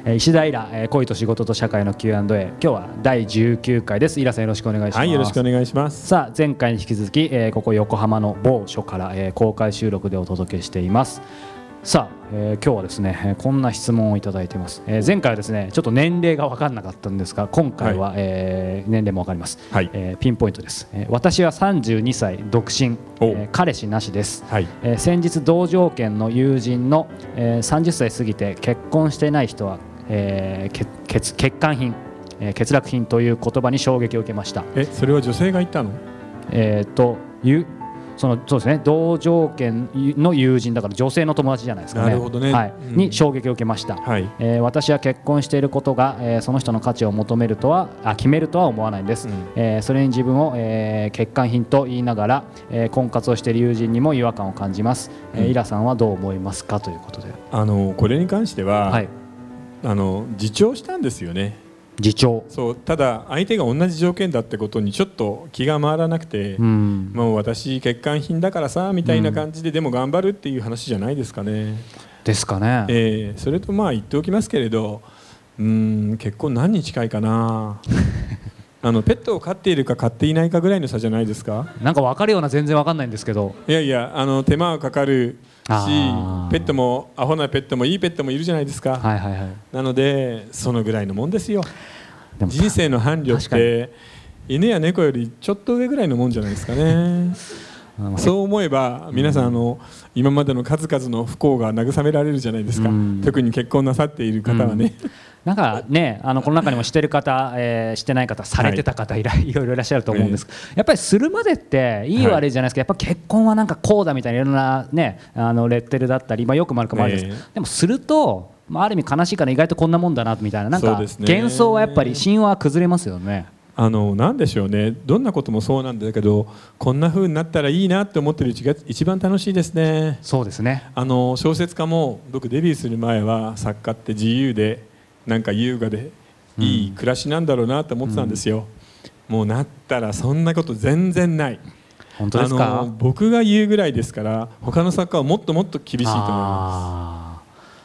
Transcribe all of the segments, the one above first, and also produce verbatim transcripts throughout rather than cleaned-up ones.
えー、石田イラ、えー、恋と仕事と社会の キューアンドエー、 今日はだいじゅうきゅうかいです。イラさんよろしくお願いします。 はい、よろしくお願いします。 さあ前回に引き続き、えー、ここ横浜の某所から、えー、公開収録でお届けしています。さあ、えー、今日はですね、えー、こんな質問をいただいています。えー、前回はですねちょっと年齢が分からなかったんですが、今回は、はい、えー、年齢も分かります。はい、えー、ピンポイントです。えー、私はさんじゅうにさい独身、えー、彼氏なしです。はい、えー、先日同条件の友人の、えー、さんじゅっさい過ぎて結婚していない人は、えー、血, 血管品、えー、欠落品という言葉に衝撃を受けました。 え、それは女性が言ったの？ えー、とゆそのそうですね、同条件の友人だから女性の友達じゃないですかね。 なるほどね、 はい、 うん、 に衝撃を受けました。はい、えー、私は結婚していることが、えー、その人の価値を求めるとはあ決めるとは思わないんです。うん、えー、それに自分を、えー、欠陥品と言いながら、えー、婚活をしている友人にも違和感を感じます。うん、えー、イラさんはどう思いますかということで、 あのこれに関しては、はい、あの自重したんですよね。 自重。 そう、ただ相手が同じ条件だってことにちょっと気が回らなくて、うん、もう私欠陥品だからさみたいな感じで、うん、でも頑張るっていう話じゃないですかね。 ですかね。 えー、それとまあ言っておきますけれど、うーん結婚何に近いかなあのペットを飼っているか飼っていないかぐらいの差じゃないですか。 なんか分かるような全然分かんないんですけど、 いやいや、あの手間はかかるし、ペットもアホなペットもいいペットもいるじゃないですか。はいはいはい、なのでそのぐらいのもんですよ。人生の伴侶って犬や猫よりちょっと上ぐらいのもんじゃないですかね。そう思えば皆さん、あの今までの数々の不幸が慰められるじゃないですか。特に結婚なさっている方はね。 なんかね、あのこの中にもしてる方、えー、してない方、されてた方、はい、い, いろいろいらっしゃると思うんです、はい、やっぱりするまでっていい悪いじゃないですか、はい、やっぱ結婚はなんかこうだみたいないろんな、ね、あのレッテルだったり、まあ、よくも悪くもあるんです、えー、でもすると、まあ、ある意味悲しいから意外とこんなもんだなみたいな、なんか幻想はやっぱり神話は崩れますよね。 あのなんでしょうね、どんなこともそうなんだけど、こんな風になったらいいなって思ってるうちが一番楽しいですね。 そうですね。 あの小説家も僕デビューする前は作家って自由でなんか優雅でいい暮らしなんだろうなと思ってたんですよ、うん、もうなったらそんなこと全然ない。 本当ですか？ あの僕が言うぐらいですから他の作家はもっともっと厳しいと思います。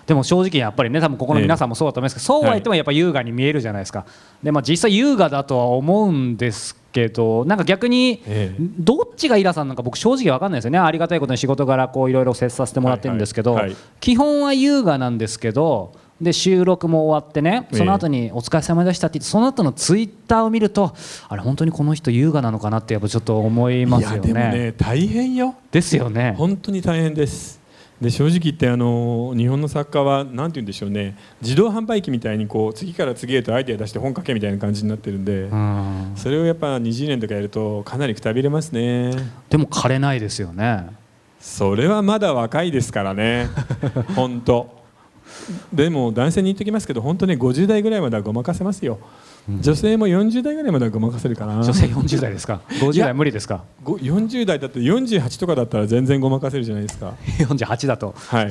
でも正直やっぱりね、多分ここの皆さんもそうだと思いますけど、そうは言ってもやっぱ優雅に見えるじゃないですか。で、まあ、実際優雅だとは思うんですけど、なんか逆にどっちがイラさんなんか僕正直分かんないですよね。ありがたいことに仕事柄こういろいろ接させてもらってるんですけど、はいはいはい、基本は優雅なんですけど、で収録も終わってね、その後にお疲れ様でしたって言って、その後のツイッターを見ると、あれ本当にこの人優雅なのかなってやっぱちょっと思いますよね。 いやでもね、大変よ。 ですよね。 本当に大変です。で正直言って、あの日本の作家はなんて言うんでしょうね、自動販売機みたいにこう次から次へとアイデア出して本書けみたいな感じになってるんで、うん、それをやっぱにじゅうねんとかやるとかなりくたびれますね。 でも枯れないですよね。 それはまだ若いですからね本当。でも男性に言ってきますけど、本当にごじゅうだいぐらいまではごまかせますよ。うん、女性もよんじゅうだいぐらいまではごまかせるかな。 女性よんじゅうだいですか？ごじゅうだい無理ですか？ よんじゅうだいだってよんじゅうはちとかだったら全然ごまかせるじゃないですか。 よんじゅうはちだと、 はい、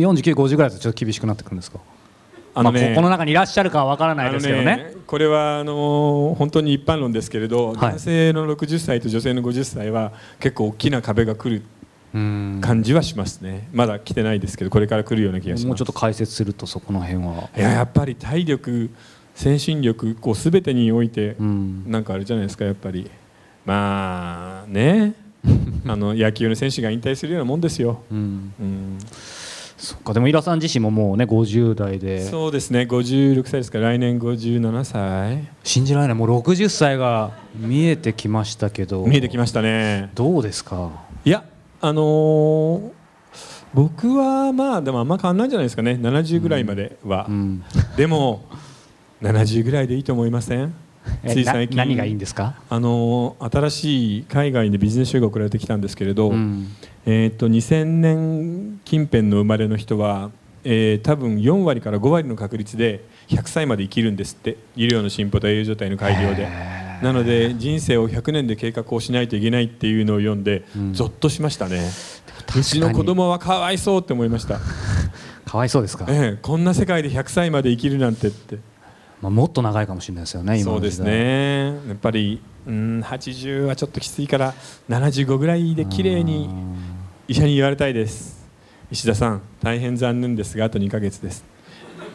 よんじゅうきゅう、ごじゅうぐらいだとちょっと厳しくなってくるんですか？あのね、まあ、ここの中にいらっしゃるかは分からないですけど ね, ねこれはあのー、本当に一般論ですけれど、はい、男性のろくじゅっさいと女性のごじゅっさいは結構大きな壁が来る感じはしますね。まだ来てないですけど、これから来るような気がします。 もうちょっと解説すると、そこの辺は。 いや、やっぱり体力、精神力、こう全てにおいてなんかあるじゃないですか、やっぱり。まあねあの野球の選手が引退するようなもんですよ。うんうん、 そっか。でもイラさん自身ももうねごじゅうだいで。 そうですね、ごじゅうろくさいですから、来年ごじゅうななさい。 信じられない、もうろくじゅっさいが見えてきましたけど。 見えてきましたね。 どうですか？ いや、あのー、僕はまあでもあんま変わんないんじゃないですかね、ななじゅうぐらいまでは、うんうん、でもななじゅうぐらいでいいと思いません？つい最近何がいいんですか？ あの新しい海外でビジネス書が送られてきたんですけれど、うん、えー、とにせんねん近辺の生まれの人は、えー、多分よんわりからごわりの確率でひゃくさいまで生きるんですって。医療の進歩と栄養状態の改良で。なので人生をひゃくねんで計画をしないといけないっていうのを読んで、うん、ゾッとしましたね。うちの子供はかわいそうって思いました。 かわいそうですか？ ええ、こんな世界でひゃくさいまで生きるなんてって。 まあ、もっと長いかもしれないですよね、今の時代。 そうですね。やっぱり、うん、はちじゅうはちょっときついからななじゅうごぐらいで綺麗に医者に言われたいです。石田さん、大変残念ですがあとにかげつです。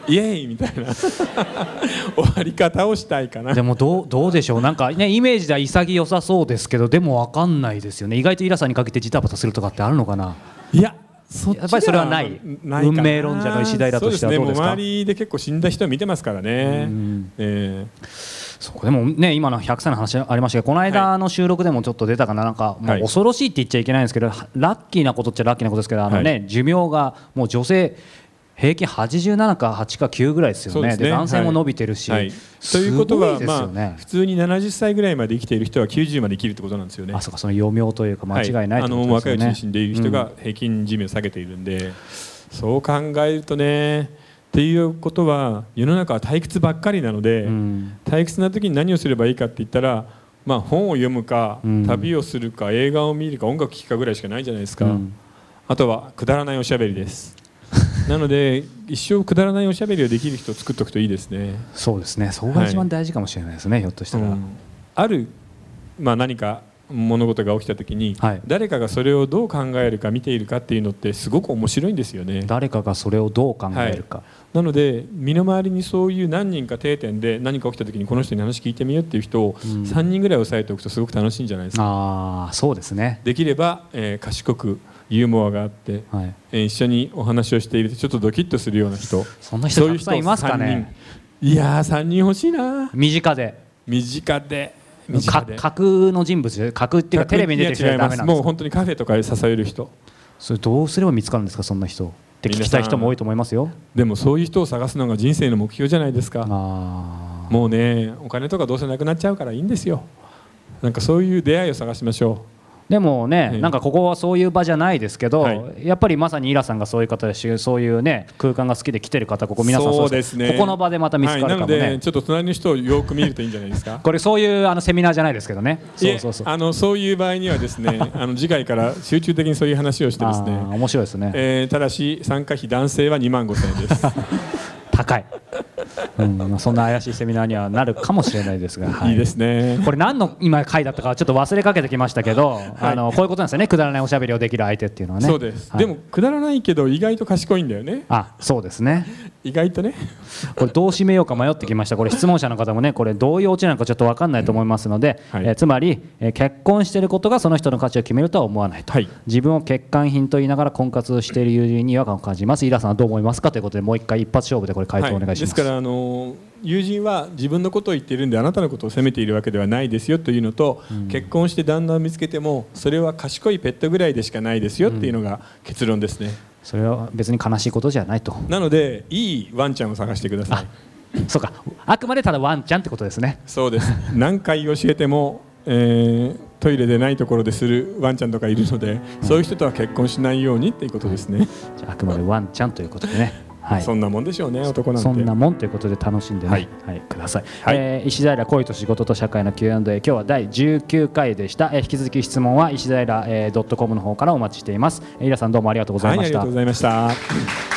イエーイみたいな終わり方をしたいかな。 でもどう、どうでしょう、なんかねイメージでは潔さそうですけど、でも分かんないですよね。意外とイラさんにかけてジタバタするとかってあるのかな。 いやそっちやっぱりそれはない。 ない運命論者の石平としてはどうですか。 そうですね、もう周りで結構死んだ人を見てますからね。えー、 そうでもね、今のひゃくさいの話ありましたけど、この間の収録でもちょっと出たかな、なんかもう恐ろしいって言っちゃいけないんですけど、ラッキーなことっちゃラッキーなことですけど、あのね、はい、寿命がもう女性平均はちじゅうななかはちかきゅうぐらいですよね。で、ね、男性も伸びてるし、はいはい、 ということは、まあ、普通にななじゅっさいぐらいまで生きている人はきゅうじゅうまで生きるってことなんですよね。 あ、そうか、その余命というか間違いないってことですよね。はい、あの若いうちに死んでいる人が平均寿命を下げているんで、うん、そう考えるとね、っていうことは世の中は退屈ばっかりなので、うん、退屈な時に何をすればいいかって言ったら、まあ、本を読むか、うん、旅をするか、映画を見るか、音楽聴くかぐらいしかないじゃないですか。うん、あとはくだらないおしゃべりです。なので一生くだらないおしゃべりをできる人を作っておくといいですね。 そうですね、そこが一番大事かもしれないですね、はい、ひょっとしたら、うん、 ある、まあ、何か物事が起きた時に、はい、誰かがそれをどう考えるか見ているかっていうのってすごく面白いんですよね。誰かがそれをどう考えるか、はい、 なので身の回りにそういう何人か定点で何か起きた時にこの人に話聞いてみようっていう人をさんにんぐらい押さえておくとすごく楽しいんじゃないですか。うん、 あ、そうですね。できれば、えー、賢くユーモアがあって、はい、えー、一緒にお話をしているとちょっとドキッとするような人、 そんな人たくさんいますかね。 いやー、さんにん欲しいな。 身近で身近で架空の人物、架空っていうかテレビに出てきたらダメなんですか。 もう本当にカフェとかで支える人。 それどうすれば見つかるんですか、そんな人って聞きたい人も多いと思いますよ。 でもそういう人を探すのが人生の目標じゃないですか。あ、もうね、お金とかどうせなくなっちゃうからいいんですよ。なんかそういう出会いを探しましょう。 でもね、なんかここはそういう場じゃないですけど、はい、やっぱりまさにイラさんがそういう方ですし、そういうね空間が好きで来てる方、ここ皆さんそうですね、ここの場でまた見つかるかもね。はい、なのでちょっと隣の人をよく見るといいんじゃないですか。 これそういうあのセミナーじゃないですけどね。 そうそうそう、あのそういう場合にはですねあの次回から集中的にそういう話をしてですね面白いですね、 えー、ただし参加費男性はにまんごせんえんです高い、うん、まあ、そんな怪しいセミナーにはなるかもしれないですが、はい、 いいですね。 これ何の今回だったかちょっと忘れかけてきましたけど、はい、あのこういうことなんですよね、くだらないおしゃべりをできる相手っていうのはね。 そうです、はい、でもくだらないけど意外と賢いんだよね。 あ、そうですね、 意外とね。 これどう締めようか迷ってきました。これ質問者の方もね、これどういうオチなのかちょっと分かんないと思いますので、はい、えー、つまり、えー、結婚していることがその人の価値を決めるとは思わないと、はい、自分を欠陥品と言いながら婚活をしている友人に違和感を感じます。イラさんはどう思いますかということで、もう一回一発勝負でこれ回答お願いします。はい、 ですからあの友人は自分のことを言っているんであなたのことを責めているわけではないですよというのと、うん、結婚して旦那を見つけてもそれは賢いペットぐらいでしかないですよっていうのが結論ですね。うん、 それは別に悲しいことじゃないと。 なのでいいワンちゃんを探してください。 そうか、あくまでただワンちゃんってことですね。 そうです。何回教えても、えー、トイレでないところでするワンちゃんとかいるので、うん、そういう人とは結婚しないようにっていうことですね。 じゃあ、あくまでワンちゃんということでね。はい、 そんなもんでしょうね、男なんて。 そんなもんということで楽しんでね、はいはい、ください。はい、えー、石平恋と仕事と社会の キューアンドエー、今日はだいじゅうきゅうかいでした。えー、引き続き質問は石平、えー、ドットコムの方からお待ちしています。イラさんどうもありがとうございました。 はい、ありがとうございました。